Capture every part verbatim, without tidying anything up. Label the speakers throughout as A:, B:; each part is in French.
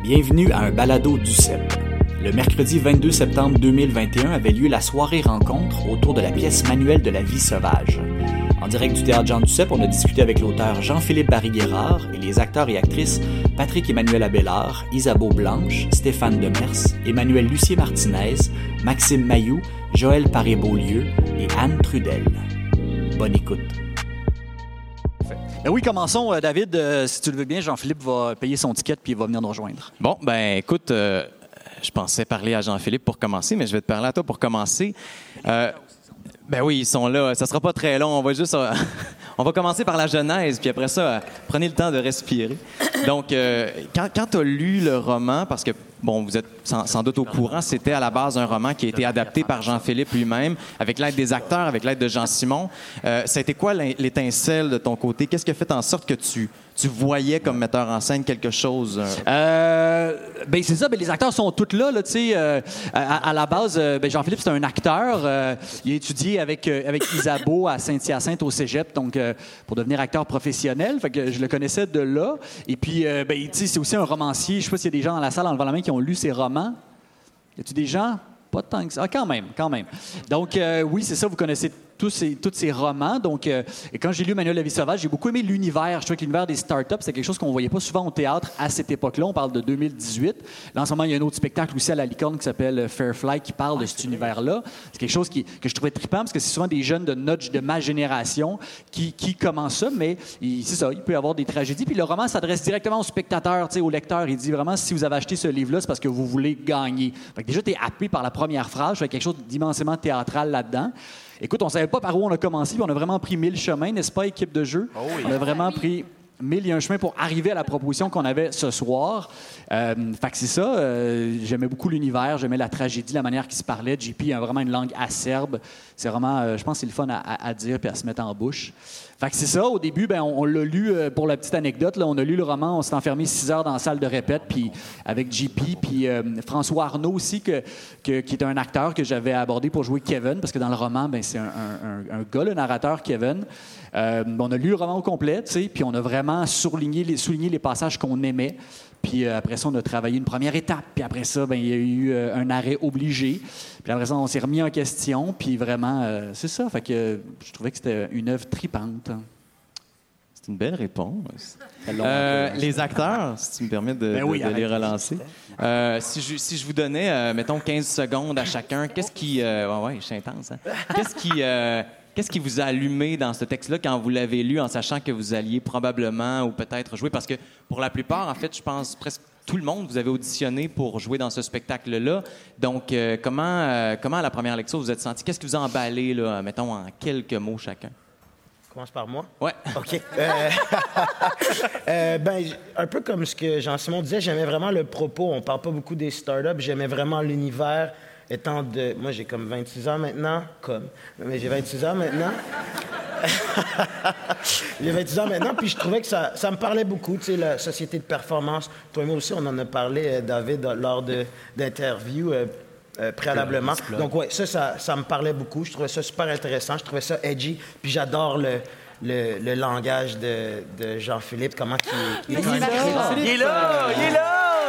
A: Bienvenue à un balado du C E P. Le mercredi vingt-deux septembre deux mille vingt et un avait lieu la soirée rencontre autour de la pièce manuelle de la vie sauvage. En direct du Théâtre Jean Duceppe, on a discuté avec l'auteur Jean-Philippe Barry-Guérard et les acteurs et actrices Patrick-Emmanuel Abélard, Isabeau Blanche, Stéphane Demers, Emmanuel Lucier-Martinez, Maxime Mailloux, Joël Paré-Beaulieu et Anne Trudel. Bonne écoute. Ben oui, commençons. Euh, David, euh, si tu le veux bien, Jean-Philippe va payer son ticket puis il va venir nous rejoindre.
B: Bon, ben écoute, euh, je pensais parler à Jean-Philippe pour commencer, mais je vais te parler à toi pour commencer. Euh, ben oui, ils sont là. Ça sera pas très long. On va juste... Euh, on va commencer par la genèse, puis après ça, euh, prenez le temps de respirer. Donc, euh, quand, quand tu as lu le roman, parce que, bon, vous êtes sans, sans doute au courant, c'était à la base un roman qui a été adapté par Jean-Philippe lui-même, avec l'aide des acteurs, avec l'aide de Jean Simon. Euh, ça a été quoi l'étincelle de ton côté? Qu'est-ce qui a fait en sorte que tu, tu voyais comme metteur en scène quelque chose? Euh...
C: Euh, ben c'est ça, ben les acteurs sont tous là, là tu sais. Euh, à, à la base, euh, ben Jean-Philippe, c'est un acteur. Euh, il a étudié avec, euh, avec Isabeau à Saint-Hyacinthe au cégep, donc euh, pour devenir acteur professionnel. Fait que je le connaissais de là. Et puis, euh, ben, tu sais, c'est aussi un romancier. Je sais pas s'il y a des gens dans la salle en levant la main qui ont lu ses romans. Y a-tu des gens? Pas tant que ça. Ah, quand même, quand même. Donc, euh, oui, c'est ça, vous connaissez tous ces, tous ces romans. Donc, euh, et quand j'ai lu Manuel de la vie sauvage, j'ai beaucoup aimé l'univers. Je trouvais que l'univers des startups, c'est quelque chose qu'on ne voyait pas souvent au théâtre à cette époque-là. On parle de deux mille dix-huit. Là, en ce moment, il y a un autre spectacle aussi à la Licorne qui s'appelle Fairfly qui parle de cet univers-là. C'est quelque chose qui, que je trouvais trippant parce que c'est souvent des jeunes de notre, de ma génération qui, qui commencent ça, mais c'est ça, il peut y avoir des tragédies. Puis le roman s'adresse directement au spectateur, au lecteur. Il dit vraiment, si vous avez acheté ce livre-là, c'est parce que vous voulez gagner. Fait que déjà, tu es happé par la première phrase. Je fais quelque chose d'immensément théâtral là-dedans. Écoute, on ne savait pas par où on a commencé, puis on a vraiment pris mille chemins, n'est-ce pas, équipe de jeu? Oh oui. On a vraiment pris mille et un chemins pour arriver à la proposition qu'on avait ce soir. Euh, fait que c'est ça, euh, j'aimais beaucoup l'univers, j'aimais la tragédie, la manière qu'il se parlait. J P a vraiment une langue acerbe. C'est vraiment, euh, je pense que c'est le fun à, à, à dire puis à se mettre en bouche. Fait que c'est ça, au début, ben, on, on l'a lu, euh, pour la petite anecdote, là, on a lu le roman, on s'est enfermé six heures dans la salle de répète, puis avec J P, puis euh, François Arnaud aussi, que, que, qui est un acteur que j'avais abordé pour jouer Kevin, parce que dans le roman, ben, c'est un, un, un, un gars, le narrateur Kevin. Euh, on a lu le roman au complet, tu sais, puis on a vraiment souligné les, souligné les passages qu'on aimait. Puis euh, après ça, on a travaillé une première étape. Puis après ça, ben, il y a eu euh, un arrêt obligé. Puis après ça, on s'est remis en question. Puis vraiment, euh, c'est ça. Fait que euh, je trouvais que c'était une œuvre tripante.
B: C'est une belle réponse. Euh, les acteurs, si tu me permets de, ben oui, de, de les relancer. Euh, si, je, si je vous donnais, euh, mettons, quinze secondes à chacun, qu'est-ce qui... Euh, ouais, ouais, je suis intense, hein? Qu'est-ce qui... Euh, Qu'est-ce qui vous a allumé dans ce texte-là quand vous l'avez lu en sachant que vous alliez probablement ou peut-être jouer? Parce que pour la plupart, en fait, je pense presque tout le monde, vous avez auditionné pour jouer dans ce spectacle-là. Donc, euh, comment, euh, comment à la première lecture vous êtes senti? Qu'est-ce qui vous a emballé, là, mettons, en quelques mots chacun?
D: Commence par moi?
B: Ouais.
D: OK. Euh, euh, ben, un peu comme ce que Jean-Simon disait, j'aimais vraiment le propos. On parle pas beaucoup des startups. J'aimais vraiment l'univers. Étant de... Moi, j'ai comme vingt-six ans maintenant. Comme. Mais j'ai vingt-six ans maintenant. j'ai vingt-six ans maintenant, puis je trouvais que ça, ça me parlait beaucoup, tu sais, la société de performance. Toi et moi aussi, on en a parlé, David, lors de, d'interviews euh, euh, préalablement. Donc, ouais, ça, ça, ça me parlait beaucoup. Je trouvais ça super intéressant. Je trouvais ça edgy. Puis j'adore le... Le, le langage de, de Jean-Philippe, comment il, il est...
C: Il est là! Il est là! Il est là!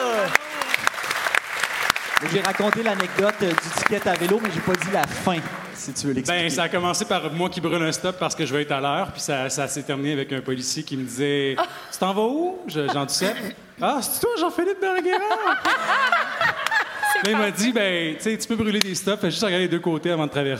C: J'ai raconté l'anecdote du ticket à vélo, mais j'ai pas dit la fin, si tu veux l'expliquer.
E: Ben, ça a commencé par moi qui brûle un stop parce que je veux être à l'heure, puis ça, ça s'est terminé avec un policier qui me disait ah. « Tu t'en vas où? » Jean Duceppe. « Ah, c'est toi, Jean-Philippe Barry-Guérard? » Là, il m'a dit « Ben, tu sais, tu peux brûler des stops, fais juste regarder les deux côtés avant de traverser. »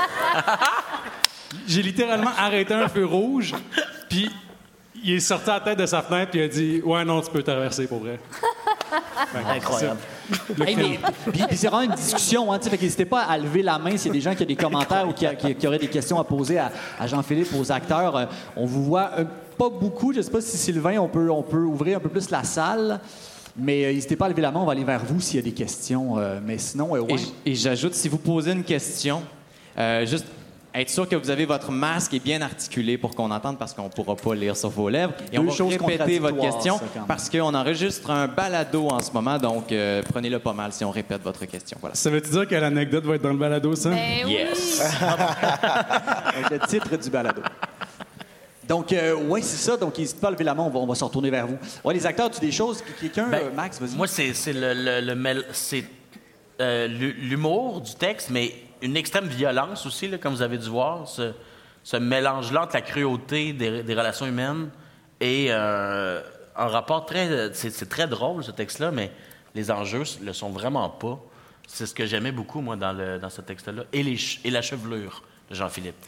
E: J'ai littéralement arrêté un feu rouge, puis il est sorti à la tête de sa fenêtre, puis il a dit « Ouais, non, tu peux traverser, pour vrai. »
D: Ben, incroyable.
C: Hey, mais, puis, puis c'est vraiment une discussion, hein, fait que n'hésitez pas à lever la main s'il y a des gens qui ont des commentaires ou qui, a, qui, qui auraient des questions à poser à, à Jean-Philippe, aux acteurs. Euh, on vous voit euh, pas beaucoup. Je ne sais pas si Sylvain, on peut, on peut ouvrir un peu plus la salle. Mais euh, n'hésitez pas à lever la main, on va aller vers vous s'il y a des questions. Euh, mais sinon, euh, ouais.
B: Et, et j'ajoute, si vous posez une question, euh, juste être sûr que vous avez votre masque est bien articulé pour qu'on entende, parce qu'on ne pourra pas lire sur vos lèvres. Et Deux on va répéter votre question, ça, parce qu'on enregistre un balado en ce moment, donc euh, prenez-le pas mal si on répète votre question. Voilà.
E: Ça veut-tu dire que l'anecdote va être dans le balado, ça?
F: Ben
B: yes!
F: Oui.
C: Le titre du balado. Donc, euh, oui, c'est ça. Donc, n'hésitez pas à lever la main, on va, on va se retourner vers vous. Ouais, les acteurs, tu des choses? Quelqu'un,
F: Ben,
C: euh, Max, vas-y.
F: Moi, c'est, c'est le, le, le mél- c'est, euh, l'humour du texte, mais une extrême violence aussi, là, comme vous avez dû voir, ce, ce mélange-là entre la cruauté des, des relations humaines et euh, un rapport très... C'est, c'est très drôle, ce texte-là, mais les enjeux le sont vraiment pas. C'est ce que j'aimais beaucoup, moi, dans, le, dans ce texte-là. Et, les, et la chevelure de Jean-Philippe.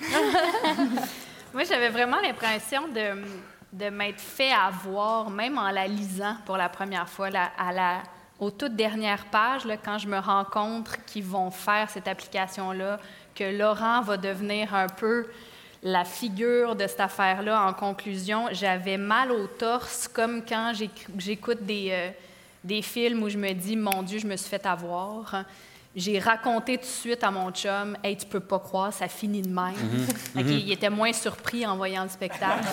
G: Moi, j'avais vraiment l'impression de, de m'être fait avoir, même en la lisant pour la première fois, là, à la, aux toutes dernières pages, là, quand je me rends compte qu'ils vont faire cette application-là, que Laurent va devenir un peu la figure de cette affaire-là. En conclusion, j'avais mal au torse, comme quand j'écoute des, euh, des films où je me dis « Mon Dieu, je me suis fait avoir ». J'ai raconté tout de suite à mon chum « Hey, tu peux pas croire, ça finit de même. Mm-hmm. » mm-hmm. Il était moins surpris en voyant le spectacle.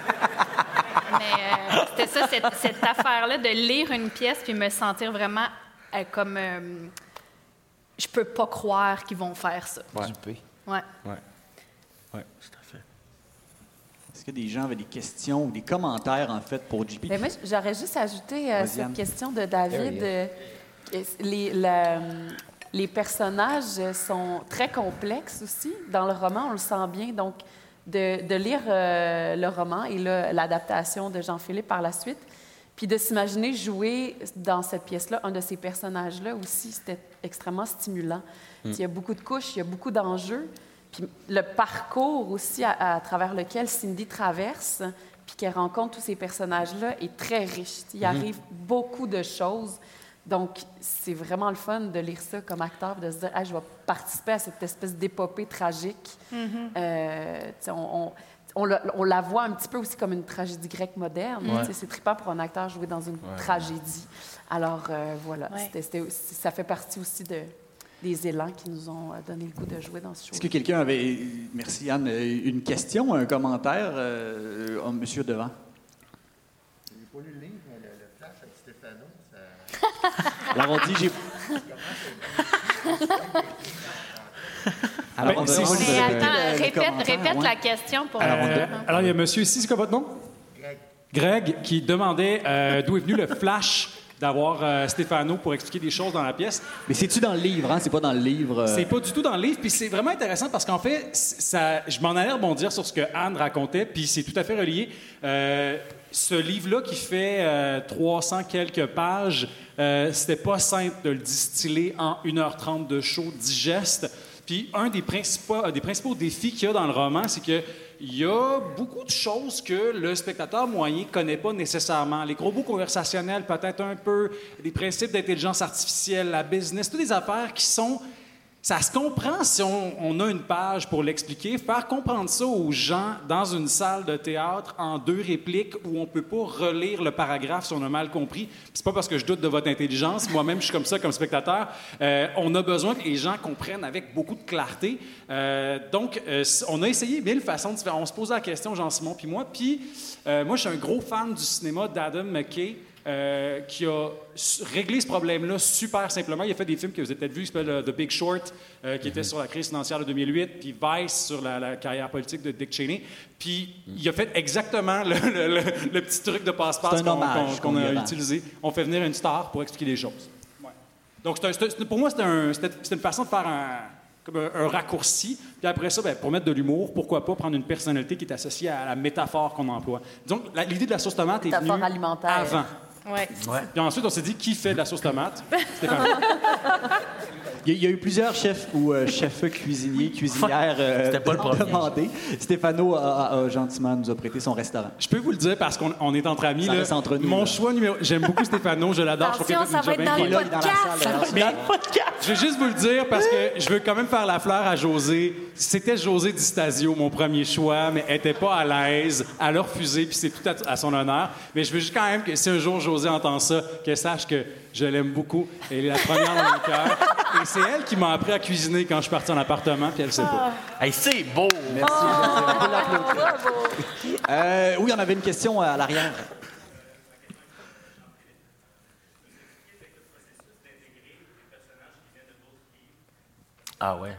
G: Mais euh, c'était ça, cette, cette affaire-là de lire une pièce puis me sentir vraiment euh, comme... Euh, je peux pas croire qu'ils vont faire ça.
F: Ouais.
G: Dupé. Ouais.
F: Ouais. Ouais, tout à fait.
C: Est-ce que des gens avaient des questions ou des commentaires, en fait, pour J P?
H: Bien, moi, j'aurais juste ajouté euh, cette question de David. Euh, les, la, les personnages sont très complexes aussi. Dans le roman, on le sent bien. Donc, de, de lire euh, le roman et là, l'adaptation de Jean-Philippe par la suite, puis de s'imaginer jouer dans cette pièce-là un de ces personnages-là aussi, c'était extrêmement stimulant. Mm. Il y a beaucoup de couches, il y a beaucoup d'enjeux. Puis le parcours aussi à, à travers lequel Cindy traverse, puis qu'elle rencontre tous ces personnages-là, est très riche. Il mm-hmm. arrive beaucoup de choses. Donc, c'est vraiment le fun de lire ça comme acteur, de se dire hey, « je vais participer à cette espèce d'épopée tragique mm-hmm. ». Euh, on, on, on, la, on la voit un petit peu aussi comme une tragédie grecque moderne. Ouais. C'est trippant pour un acteur jouer dans une ouais. tragédie. Alors, euh, voilà, ouais. c'était, c'était aussi, ça fait partie aussi de... des élans qui nous ont donné le goût de jouer dans ce show.
C: Est-ce que quelqu'un avait, merci Anne, une question, un commentaire? Euh, oh, monsieur devant.
I: J'ai pas lu le livre, mais le, le flash avec Stéphano, ça...
C: Alors on dit, j'ai...
G: Alors, on c'est, c'est, attends, le, répète, le répète ouais. la question pour...
E: Alors, euh, alors, il y a monsieur ici, c'est quoi votre nom? Greg. Greg, qui demandait euh, d'où est venu le flash d'avoir euh, Stéphano pour expliquer des choses dans la pièce.
C: Mais c'est-tu dans le livre, hein? C'est pas dans le livre? Euh...
E: C'est pas du tout dans le livre, puis c'est vraiment intéressant parce qu'en fait, ça, je m'en allais rebondir sur ce que Anne racontait, puis c'est tout à fait relié. Euh, ce livre-là qui fait euh, trois cents quelques pages, euh, c'était pas simple de le distiller en une heure trente de show digeste. Puis un des principaux, des principaux défis qu'il y a dans le roman, c'est que il y a beaucoup de choses que le spectateur moyen ne connaît pas nécessairement. Les gros bouts conversationnels, peut-être un peu, les principes d'intelligence artificielle, la business, toutes des affaires qui sont... Ça se comprend si on, on a une page pour l'expliquer. Faire comprendre ça aux gens dans une salle de théâtre en deux répliques où on ne peut pas relire le paragraphe si on a mal compris. Puis c'est pas parce que je doute de votre intelligence. Moi-même, je suis comme ça comme spectateur. Euh, on a besoin que les gens comprennent avec beaucoup de clarté. Euh, donc, euh, on a essayé mille façons de faire. On se posait la question, Jean-Simon puis moi. Puis euh, moi, je suis un gros fan du cinéma d'Adam McKay. Euh, qui a réglé ce problème-là super simplement. Il a fait des films que vous avez peut-être vus, qui s'appellent The Big Short, euh, qui mm-hmm. était sur la crise financière de deux mille huit, puis Vice sur la, la carrière politique de Dick Cheney. Puis mm. il a fait exactement le, le, le, le petit truc de passe-passe qu'on, qu'on, qu'on a utilisé. On fait venir une star pour expliquer les choses. Ouais. Donc c'est un, c'est, pour moi, c'était, un, c'était, c'était une façon de faire un... comme un, un raccourci. Puis après ça, bien, pour mettre de l'humour, pourquoi pas prendre une personnalité qui est associée à la métaphore qu'on emploie. Donc, la, l'idée de la sauce tomate est venue
H: alimentaire.
E: avant.
G: Ouais.
E: Ouais. Puis ensuite, on s'est dit, qui fait de la sauce tomate? Stéphane.
C: Il y a eu plusieurs chefs ou euh, chefs cuisiniers, cuisinières euh,
F: C'était pas le premier.
C: demandé. Stéphano a, a, a gentiment nous a prêté son restaurant.
E: Je peux vous le dire parce qu'on on est entre amis.
C: Ça
E: là.
C: reste entre nous.
E: Mon
C: là.
E: choix numéro... J'aime beaucoup Stéphano, je l'adore.
G: Attention,
E: je
G: ça va être dans le podcast.
E: Mais, je vais juste vous le dire parce que je veux quand même faire la fleur à José. C'était José Di Stasio, mon premier choix, mais elle n'était pas à l'aise. Elle a refusé, puis c'est tout à, à son honneur. Mais je veux juste quand même que si un jour José entend ça, qu'elle sache que je l'aime beaucoup. Elle est la première dans mon cœur. Et c'est elle qui m'a appris à cuisiner quand je suis parti en appartement, puis elle sait pas.
F: Hey, c'est beau!
C: Merci. On peut l'applaudir. Euh, oui, on avait une question à l'arrière.
F: Ah ouais.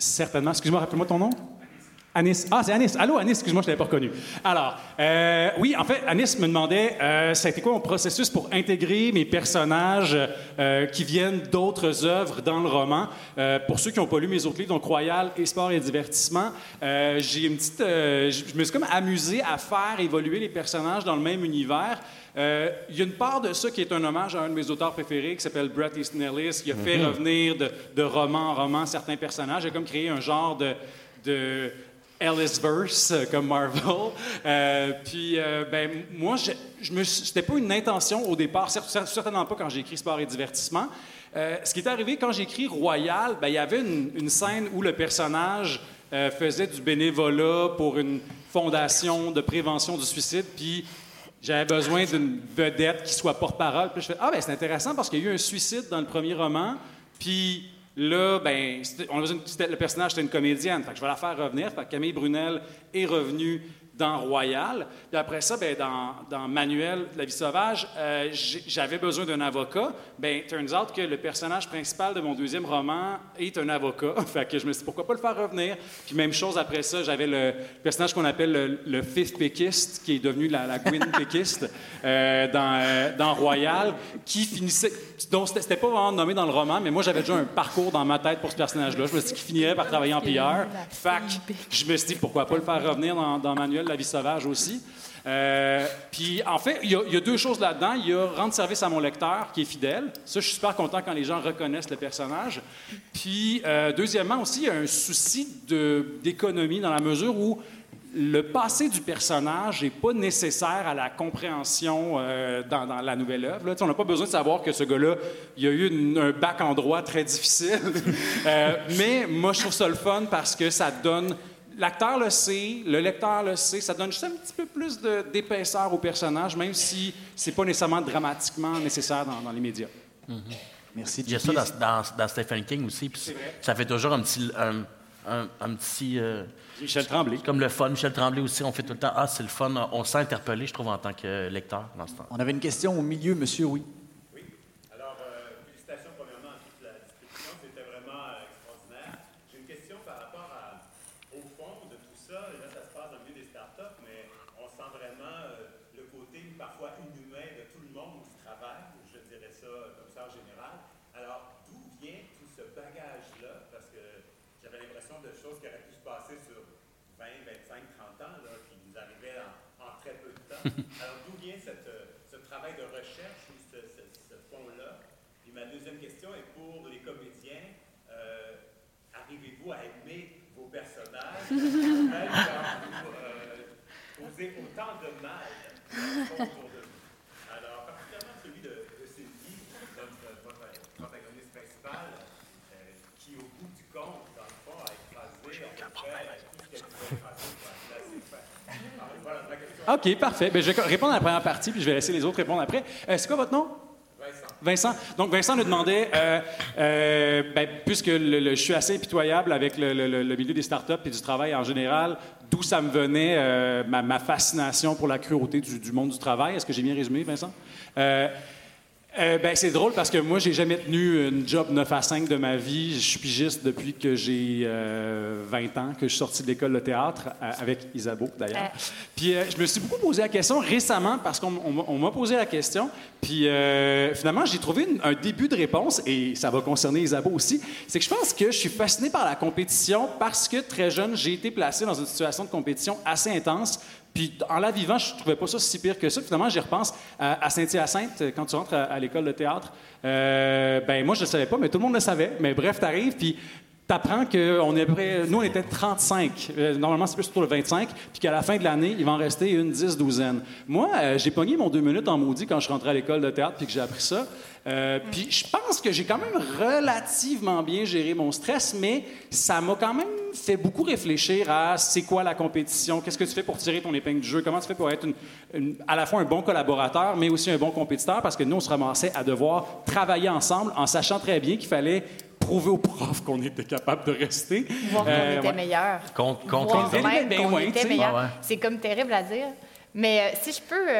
E: Certainement. Excuse-moi, rappelle-moi ton nom. Anis. Ah, c'est Anis. Allô, Anis, excuse-moi, je ne t'avais pas reconnu. Alors, euh, oui, en fait, Anis me demandait, euh, ça a été quoi mon processus pour intégrer mes personnages euh, qui viennent d'autres œuvres dans le roman. Euh, pour ceux qui n'ont pas lu mes autres livres, donc Royal et Sport et Divertissement, euh, j'ai une petite... Euh, je me suis comme amusé à faire évoluer les personnages dans le même univers. Euh, il y a une part de ça qui est un hommage à un de mes auteurs préférés qui s'appelle Bret Easton Ellis, qui a fait mm-hmm. revenir de, de roman en roman certains personnages. Il a comme créé un genre de... de Ellisverse, euh, comme Marvel. Euh, puis, euh, ben, moi, je, je me, c'était pas une intention au départ, certainement pas quand j'ai écrit Sport et Divertissement. Euh, ce qui est arrivé quand j'ai écrit Royal, ben, il y avait une, une scène où le personnage euh, faisait du bénévolat pour une fondation de prévention du suicide, puis j'avais besoin d'une vedette qui soit porte-parole. Puis je fais, ah, ben, c'est intéressant parce qu'il y a eu un suicide dans le premier roman, puis là, ben, on a une, le personnage était une comédienne, fait que je vais la faire revenir. Fait que Camille Brunel est revenue dans Royal. Puis après ça, ben, dans, dans Manuel de la vie sauvage, euh, j'avais besoin d'un avocat. Ben, turns out que le personnage principal de mon deuxième roman est un avocat. Fait que je me suis dit, pourquoi pas le faire revenir? Puis même chose, après ça, j'avais le, le personnage qu'on appelle le, le fifth péquiste, qui est devenu la, la Gwyn péquiste euh, dans, euh, dans Royal, qui finissait... Donc, c'était, c'était pas vraiment nommé dans le roman, mais moi, j'avais déjà un parcours dans ma tête pour ce personnage-là. Je me suis dit qu'il finirait par travailler en P R. Fait que je me suis dit, pourquoi pas le faire revenir dans, dans Manuel de la vie sauvage aussi. Euh, puis, en fait, il y, y a deux choses là-dedans. Il y a rendre service à mon lecteur, qui est fidèle. Ça, je suis super content quand les gens reconnaissent le personnage. Puis, euh, deuxièmement aussi, il y a un souci de, d'économie dans la mesure où le passé du personnage n'est pas nécessaire à la compréhension euh, dans, dans la nouvelle œuvre. Là, on n'a pas besoin de savoir que ce gars-là, il a eu une, un bac en droit très difficile. euh, mais moi, je trouve ça le fun parce que ça donne... L'acteur le sait, le lecteur le sait, ça donne juste un petit peu plus de, d'épaisseur au personnage, même si c'est pas nécessairement dramatiquement nécessaire dans, dans les médias.
F: Mm-hmm.
E: Merci.
F: Il y a ça dans, dans, dans Stephen King aussi. Ça fait toujours un petit... Un, un, un petit euh,
E: Michel Tremblay.
F: Comme le fun. Michel Tremblay aussi, on fait tout le temps « Ah, c'est le fun ». On s'est interpellé, je trouve, en tant que lecteur dans ce temps.
C: On avait une question au milieu, monsieur, oui.
J: Oui. Alors, euh, félicitations premièrement à toute la discussion. C'était vraiment euh, extraordinaire. J'ai une question par rapport à, au fond de tout ça. Et là, ça se passe dans le milieu des startups, mais on sent vraiment euh, le côté parfois inhumain de tout le monde qui travaille. Je dirais ça comme ça en général. Alors, d'où vient tout ce bagage-là? Parce que j'avais l'impression de choses qui auraient pu se passer sur vingt, vingt-cinq, trente ans, là, qui nous arrivaient en, en très peu de temps. Alors, d'où vient cette, ce travail de recherche ou ce, ce, ce fond-là? Et ma deuxième question est pour les comédiens. Euh, arrivez-vous à aimer vos personnages, même quand vous euh, causez autant de mal autour de vous? Alors, particulièrement celui de, de Sylvie, notre, votre protagoniste principal, euh, qui, au bout du compte, dans le fond, a écrasé, en fait, tout ce qu'elle pouvait écraser. Là, c'est fait. Alors, voilà, ma question.
E: OK, parfait. Bien, je vais répondre à la première partie, puis je vais laisser les autres répondre après. Euh, c'est quoi votre nom?
J: Vincent.
E: Vincent. Donc, Vincent nous demandait, euh, euh, ben, puisque le, le, je suis assez impitoyable avec le, le, le milieu des startups et du travail en général, d'où ça me venait, euh, ma, ma fascination pour la cruauté du, du monde du travail. Est-ce que j'ai bien résumé, Vincent? Euh, Euh, ben, c'est drôle parce que moi, j'ai jamais tenu une job neuf à cinq de ma vie. Je suis pigiste depuis que j'ai euh, vingt ans, que je suis sorti de l'école de théâtre, euh, avec Isabeau, d'ailleurs. Euh. Puis euh, je me suis beaucoup posé la question récemment parce qu'on on, on m'a posé la question. Puis euh, finalement, j'ai trouvé une, un début de réponse, et ça va concerner Isabeau aussi. C'est que je pense que je suis fasciné par la compétition parce que, très jeune, j'ai été placé dans une situation de compétition assez intense. Puis, en la vivant, je ne trouvais pas ça si pire que ça. Finalement, j'y repense à, à Saint-Hyacinthe, quand tu rentres à, à l'école de théâtre. Euh, ben moi, je ne le savais pas, mais tout le monde le savait. Mais bref, tu arrives, puis tu apprends qu'on est à peu près... Nous, on était trente-cinq. Euh, normalement, c'est plus autour de vingt-cinq. Puis qu'à la fin de l'année, il va en rester une dix, douzaine. Moi, euh, j'ai pogné mon deux minutes en maudit quand je suis rentré à l'école de théâtre puis que j'ai appris ça. Euh, puis je pense que j'ai quand même relativement bien géré mon stress, mais ça m'a quand même fait beaucoup réfléchir à c'est quoi la compétition, qu'est-ce que tu fais pour tirer ton épingle du jeu, comment tu fais pour être une, une, à la fois un bon collaborateur, mais aussi un bon compétiteur, parce que nous, on se ramassait à devoir travailler ensemble en sachant très bien qu'il fallait prouver aux profs qu'on était capable de rester.
G: Voir qu'on euh, était ouais. meilleur.
F: Contre, contre
G: Voir même
E: ben
G: qu'on
E: ouais,
G: était meilleur.
F: Ah ouais.
G: C'est comme terrible à dire. Mais euh, si je peux euh,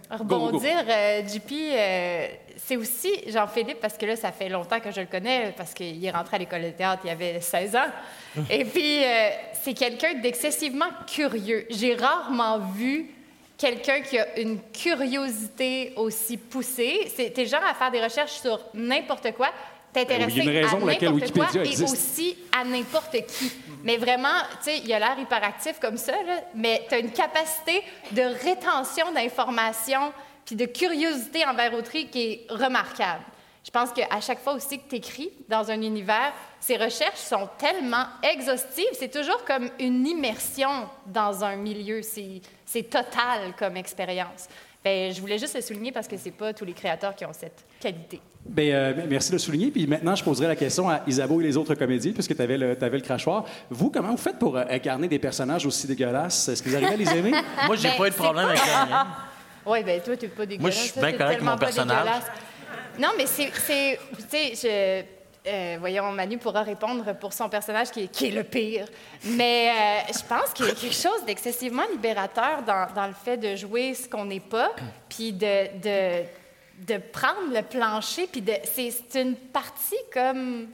G: rebondir, euh, J P, euh, c'est aussi Jean-Philippe, parce que là, ça fait longtemps que je le connais, parce qu'il est rentré à l'école de théâtre, il avait seize ans. Et puis, euh, c'est quelqu'un d'excessivement curieux. J'ai rarement vu quelqu'un qui a une curiosité aussi poussée. C'est, t'es genre à faire des recherches sur n'importe quoi, t'intéresser
E: il y a une raison
G: à
E: pour laquelle
G: n'importe quoi
E: Wikipédia
G: et
E: existe.
G: aussi à n'importe qui. Mais vraiment, tu sais, il a l'air hyperactif comme ça, là, mais tu as une capacité de rétention d'informations puis de curiosité envers autrui qui est remarquable. Je pense qu'à chaque fois aussi que tu écris dans un univers, ces recherches sont tellement exhaustives. C'est toujours comme une immersion dans un milieu. C'est, c'est total comme expérience. Bien, je voulais juste le souligner parce que c'est pas tous les créateurs qui ont cette qualité.
E: Bien, euh, merci de le souligner. Puis maintenant, je poserai la question à Isabeau et les autres comédiens, puisque tu avais le, t'avais le crachoir. Vous, comment vous faites pour euh, incarner des personnages aussi dégueulasses? Est-ce que vous arrivez à les aimer?
F: Moi, j'ai
G: Ben,
F: pas eu de problème avec la mienne.
G: Oui, bien, toi, tu n'es pas dégueulasse.
F: Moi, je suis
G: toi,
F: bien
G: t'es
F: correct avec
G: tellement
F: mon
G: pas
F: personnage.
G: dégueulasse. Non, mais c'est... c'est tu sais, je... Euh, voyons, Manu pourra répondre pour son personnage qui est, qui est le pire. Mais euh, je pense qu'il y a quelque chose d'excessivement libérateur dans, dans le fait de jouer ce qu'on n'est pas, puis de, de, de prendre le plancher, puis de... C'est, c'est une partie comme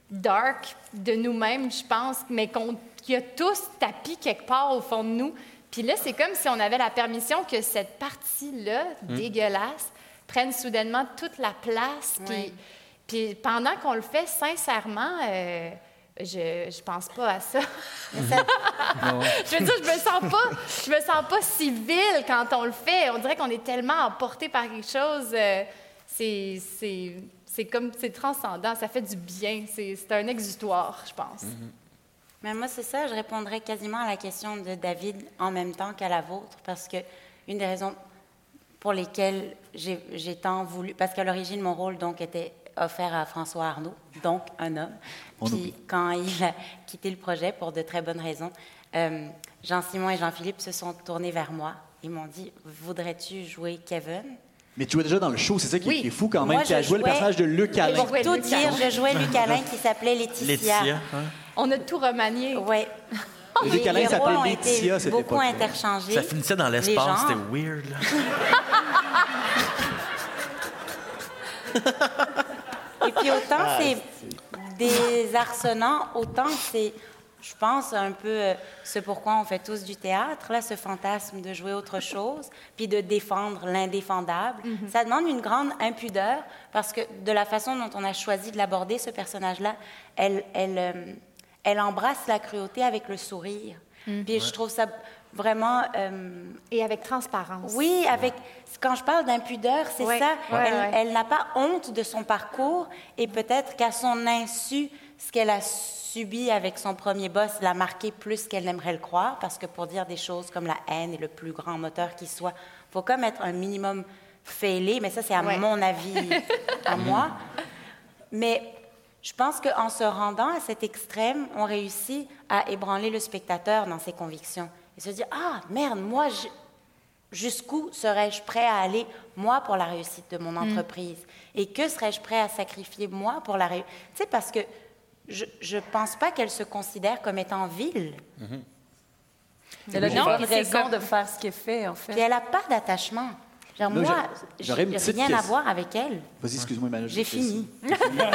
G: dark de nous-mêmes, je pense, mais qu'on, qui a tous tapis quelque part au fond de nous. Puis là, c'est comme si on avait la permission que cette partie-là,
F: Mm.
G: dégueulasse, prenne soudainement toute la place. Puis,
H: Oui.
G: puis pendant qu'on le fait, sincèrement, euh, je, je pense pas à ça. Ça- je veux dire, je me sens pas, je me sens pas civile quand on le fait. On dirait qu'on est tellement emporté par quelque chose. euh, c'est, c'est, c'est comme, c'est transcendant. Ça fait du bien. C'est, c'est un exutoire, je pense.
K: Mais moi, c'est ça, je répondrais quasiment à la question de David en même temps qu'à la vôtre, parce que une des raisons pour lesquelles j'ai, j'ai tant voulu, parce qu'à l'origine, mon rôle donc était offert à François Arnault, donc un homme. Puis quand il a quitté le projet pour de très bonnes raisons, euh, Jean-Simon et Jean-Philippe se sont tournés vers moi. Ils m'ont dit, voudrais-tu jouer Kevin?
C: Mais tu jouais déjà dans le show, c'est ça qui,
K: Oui.
C: qui est fou quand même.
K: Moi,
C: Tu as
K: je
C: joué le
K: jouais-
C: personnage de Luc Alain.
K: Pour tout
G: Luc
K: dire,
G: Alain.
K: je jouais Luc Alain qui s'appelait Laetitia.
F: Laetitia. hein?
G: On a tout remanié.
K: Oui.
C: Le Luc Alain
K: les
C: s'appelait
K: rôles ont
C: Laetitia,
K: été
C: cette
K: beaucoup
C: époque-là.
K: interchangés.
F: Ça finissait dans
K: Les
F: l'espace,
K: genres.
F: c'était weird. Là.
K: Et puis autant c'est désarçonnant, autant c'est, je pense, un peu euh, ce pourquoi on fait tous du théâtre, là, ce fantasme de jouer autre chose, puis de défendre l'indéfendable. Ça demande une grande impudeur, parce que de la façon dont on a choisi de l'aborder, ce personnage-là, elle, elle, euh, elle embrasse la cruauté avec le sourire. Puis je trouve ça vraiment... euh,
G: Et avec transparence.
K: oui, avec quand je parle d'impudeur, c'est
G: Ouais,
K: ça.
G: ouais,
K: elle,
G: ouais.
K: elle n'a pas honte de son parcours et peut-être qu'à son insu, ce qu'elle a subi avec son premier boss l'a marqué plus qu'elle n'aimerait le croire, parce que pour dire des choses comme la haine est le plus grand moteur qui soit, il faut comme être un minimum fêlé, mais ça c'est à
G: Ouais.
K: mon avis, à moi. Mais je pense qu'en se rendant à cet extrême, on réussit à ébranler le spectateur dans ses convictions et se dire « Ah, merde, moi, je- jusqu'où serais-je prêt à aller, moi, pour la réussite de mon entreprise? Et que serais-je prêt à sacrifier, moi, pour la réussite? » Tu sais, parce que je ne pense pas qu'elle se considère comme étant vile.
H: Elle a
G: Non,
H: pas
G: mais
H: de
G: c'est
H: raison
G: comme-
H: de faire ce qu'elle fait, en fait.
K: Puis elle n'a pas d'attachement. Genre,
C: Là,
K: moi,
C: j'a- j'aurais une
K: j'ai
C: petite
K: rien à
C: question.
K: voir avec elle.
C: Vas-y, excuse-moi, Emmanuel.
K: J'ai fini.
G: Mais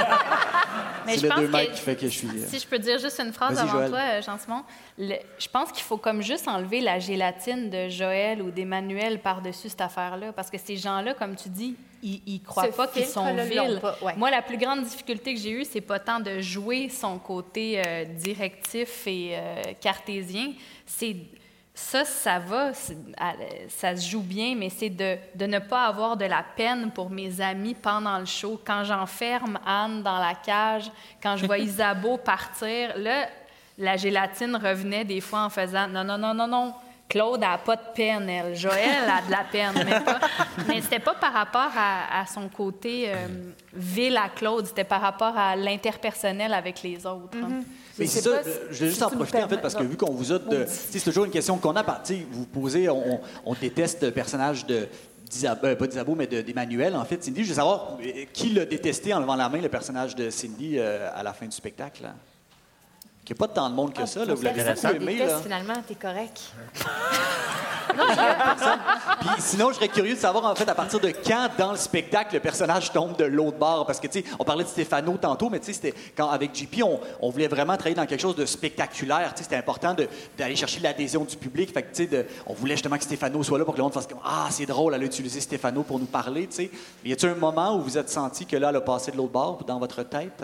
C: C'est
G: je
C: le
G: pense
C: deux
G: que,
C: mètres qui fait que je suis... euh,
G: si je peux dire juste une phrase
C: Vas-y,
G: avant
C: Joël.
G: toi, euh, Jean-Simon, le- je pense qu'il faut comme juste enlever la gélatine de Joël ou d'Emmanuel par-dessus cette affaire-là, parce que ces gens-là, comme tu dis, ils, ils croient
H: Ce
G: pas qu'ils sont
H: filtre-là, ils l'ont
G: vils.
H: pas, ouais.
G: Moi, la plus grande difficulté que j'ai eue, c'est pas tant de jouer son côté euh, directif et euh, cartésien, c'est ça, ça va, c'est- à- ça se joue bien, mais c'est de, de ne pas avoir de la peine pour mes amis pendant le show. Quand j'enferme Anne dans la cage, quand je vois Isabeau partir, là, la gélatine revenait des fois en faisant « Non, non, non, non, non, Claude n'a pas de peine, elle. Joël a de la peine. » Mais, pas, mais c'était pas par rapport à, à son côté euh, vil à Claude, c'était par rapport à l'interpersonnel avec les autres. hein.
C: Mais c'est ça, euh, je vais juste en profiter, en fait, parce que vu qu'on vous a... de- tu sais, c'est toujours une question qu'on a, par- tu sais, vous posez, on, on déteste le personnage de... d'Isab- euh, pas d'Isabeau, mais de- d'Emmanuel, en fait. Cindy, je veux savoir, euh, qui l'a détesté en levant la main, le personnage de Cindy, euh, à la fin du spectacle? Là? Il n'y a pas tant de monde que ça, là, vous l'avez
G: Personne
C: beaucoup
G: ne
C: aimé,
G: déteste,
C: là.
G: finalement, t'es correct.
C: Puis sinon, je serais curieux de savoir, en fait, à partir de quand, dans le spectacle, le personnage tombe de l'autre bord. Parce que, tu sais, on parlait de Stéphano tantôt, mais tu sais, c'était quand, avec J P, on, on voulait vraiment travailler dans quelque chose de spectaculaire. Tu sais, c'était important de, d'aller chercher l'adhésion du public. Fait que, tu sais, de, on voulait justement que Stéphano soit là pour que le monde fasse comme « Ah, c'est drôle, elle a utilisé Stéphano pour nous parler. » Tu sais. Y a-t-il un moment où vous êtes senti que là, elle a passé de l'autre bord dans votre tête?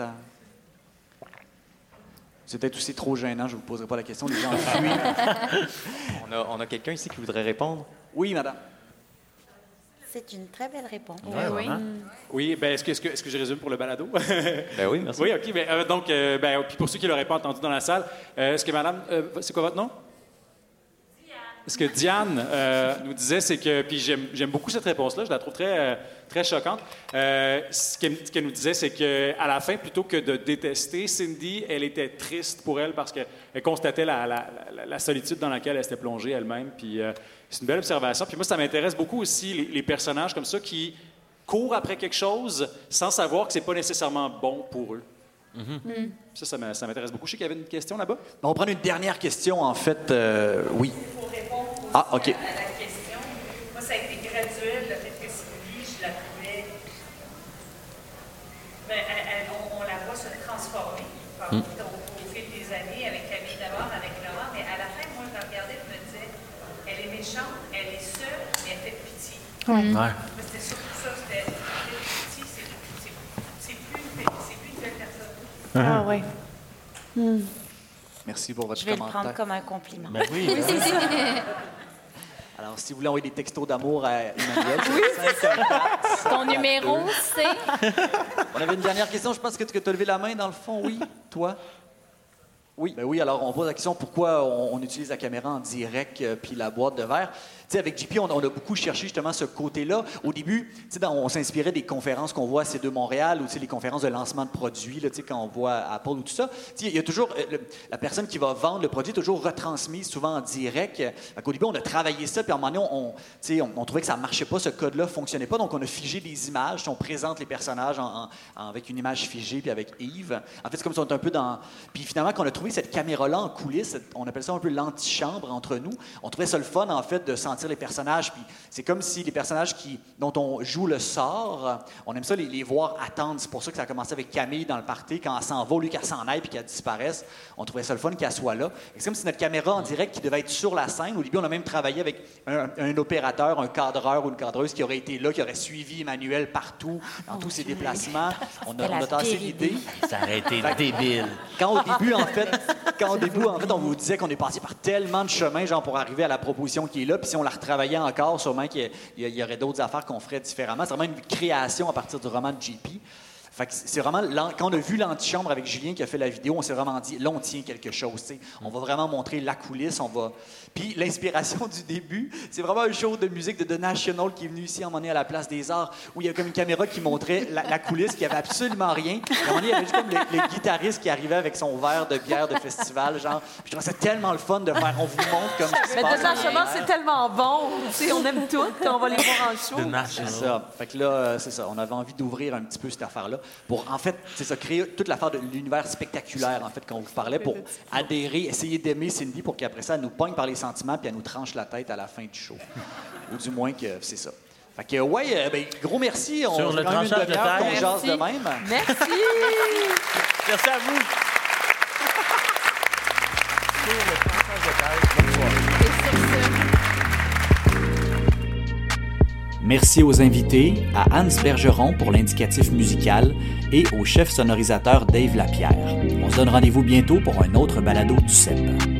C: C'est peut-être aussi trop gênant, je ne vous poserai pas la question, les gens fuient.
B: on a, on a quelqu'un ici qui voudrait répondre?
C: Oui, madame.
K: C'est une très belle réponse.
F: Ouais, oui.
E: Oui, ben est-ce que, est-ce, que, est-ce que je résume pour le balado?
B: Ben oui, merci.
E: Oui, OK. Ben, euh, donc, euh, ben, puis pour ceux qui ne l'auraient pas entendu dans la salle, euh, est-ce que madame, euh, c'est quoi votre nom? Ce que Diane euh, nous disait, c'est que, puis j'aime, j'aime beaucoup cette réponse-là, je la trouve très, euh, très choquante. Euh, ce, qu'elle, ce qu'elle nous disait, c'est qu'à la fin, plutôt que de détester Cindy, elle était triste pour elle parce qu'elle constatait la, la, la, la solitude dans laquelle elle s'était plongée elle-même. Puis euh, c'est une belle observation. Puis moi, ça m'intéresse beaucoup aussi, les, les personnages comme ça qui courent après quelque chose sans savoir que c'est pas nécessairement bon pour eux. Mm-hmm. Mm. Ça, ça, ça m'intéresse beaucoup. Je sais qu'il y avait une question là-bas.
C: On va prendre une dernière question, en fait. Euh, oui.
L: Pour répondre
C: ah, OK.
L: à, à la question, moi, ça a été graduel, le fait que Sylvie, je la trouvais... Ben, elle, elle, on, on la voit se transformer par, mm. au, au fil des années, avec Camille d'abord, avec Laurent, mais à la fin, moi, je la regardais et je me disais, elle est méchante, elle est seule, mais elle fait pitié.
G: Ouais.
L: Ouais. Mais c'était surtout ça, c'était pitié, c'est, c'est, c'est, plus une, c'est plus une belle personne.
G: Ah oui.
C: Mm. Merci pour votre
K: Je vais
C: commentaire.
K: le prendre comme un compliment.
F: Ben oui. Ben
K: c'est ça.
C: Alors, si vous voulez envoyer des textos d'amour à Emmanuel,
G: oui, c'est ça. Ton numéro, c'est...
C: On avait une dernière question. Je pense que tu as levé la main, dans le fond. Oui, toi? Oui. Ben oui, alors on pose la question pourquoi on, on utilise la caméra en direct euh, puis la boîte de verre. Tu sais, avec J P, on, on a beaucoup cherché justement ce côté-là. Au début, tu sais, on s'inspirait des conférences qu'on voit à C deux Montréal ou tu sais, les conférences de lancement de produits, là, tu sais, quand on voit Apple ou tout ça. Tu sais, il y a toujours euh, le, la personne qui va vendre le produit est toujours retransmise, souvent en direct. Fait qu'au début, on a travaillé ça, puis à un moment donné, on, on, tu sais, on, on trouvait que ça ne marchait pas, ce code-là ne fonctionnait pas, donc on a figé des images. On présente les personnages en, en, en, avec une image figée, puis avec Yves. En fait, c'est comme si on était un peu dans... Puis finalement, quand on a trouvé cette caméra-là en coulisses, on appelle ça un peu l'antichambre entre nous. On trouvait ça le fun, en fait, de sentir les personnages. Puis c'est comme si les personnages qui, dont on joue le sort, on aime ça les, les voir attendre. C'est pour ça que ça a commencé avec Camille dans le party. Quand elle s'en va, lui, qu'elle s'en aille puis qu'elle disparaisse, on trouvait ça le fun qu'elle soit là. Et c'est comme si notre caméra en direct qui devait être sur la scène. Au début, on a même travaillé avec un, un opérateur, un cadreur ou une cadreuse qui aurait été là, qui aurait suivi Emmanuel partout, dans tous ses déplacements. On a, on a tassé l'idée.
F: Ça aurait été débile.
C: Quand au début, en fait, quand au début, en fait, on vous disait qu'on est passé par tellement de chemins, genre, pour arriver à la proposition qui est là, puis si on la retravaillait encore, sûrement qu'il y, y aurait d'autres affaires qu'on ferait différemment. C'est vraiment une création à partir du roman de J P. Fait que c'est vraiment, quand on a vu l'antichambre avec Julien qui a fait la vidéo, on s'est vraiment dit, là, on tient quelque chose, t'sais. On va vraiment montrer la coulisse, on va... Puis l'inspiration du début, c'est vraiment un show de musique de The National qui est venu ici, à un moment donné, à la Place des Arts, où il y a comme une caméra qui montrait la, la coulisse, qui avait absolument rien. À un moment donné, il y avait juste comme le, le guitariste qui arrivait avec son verre de bière de festival, genre... Puis je trouvais ça tellement le fun de faire, on vous montre comme ça se
H: Mais
C: passe.
H: The National, c'est tellement bon. Tu sais, on aime tout, on va les voir en show.
F: The National.
C: C'est ça. Fait que là, c'est ça. On avait envie d'ouvrir un petit peu cette affaire-là pour, en fait, c'est ça, créer toute l'affaire de l'univers spectaculaire, en fait, qu'on vous parlait, pour adhérer, essayer d'aimer Cindy pour qu'après ça, elle nous pogne par les sentiments puis elle nous tranche la tête à la fin du show. Ou du moins que c'est ça. Fait que, ouais, euh, ben, gros merci. On
F: Sur le tranchage de
C: demi-heure qu'on
F: tête.
C: jase de même.
H: Merci.
F: Merci à vous.
I: Sur le tranchage de tête. Bonne soirée.
A: Merci aux invités, à Hans Bergeron pour l'indicatif musical et au chef sonorisateur Dave Lapierre. On se donne rendez-vous bientôt pour un autre balado du C E P.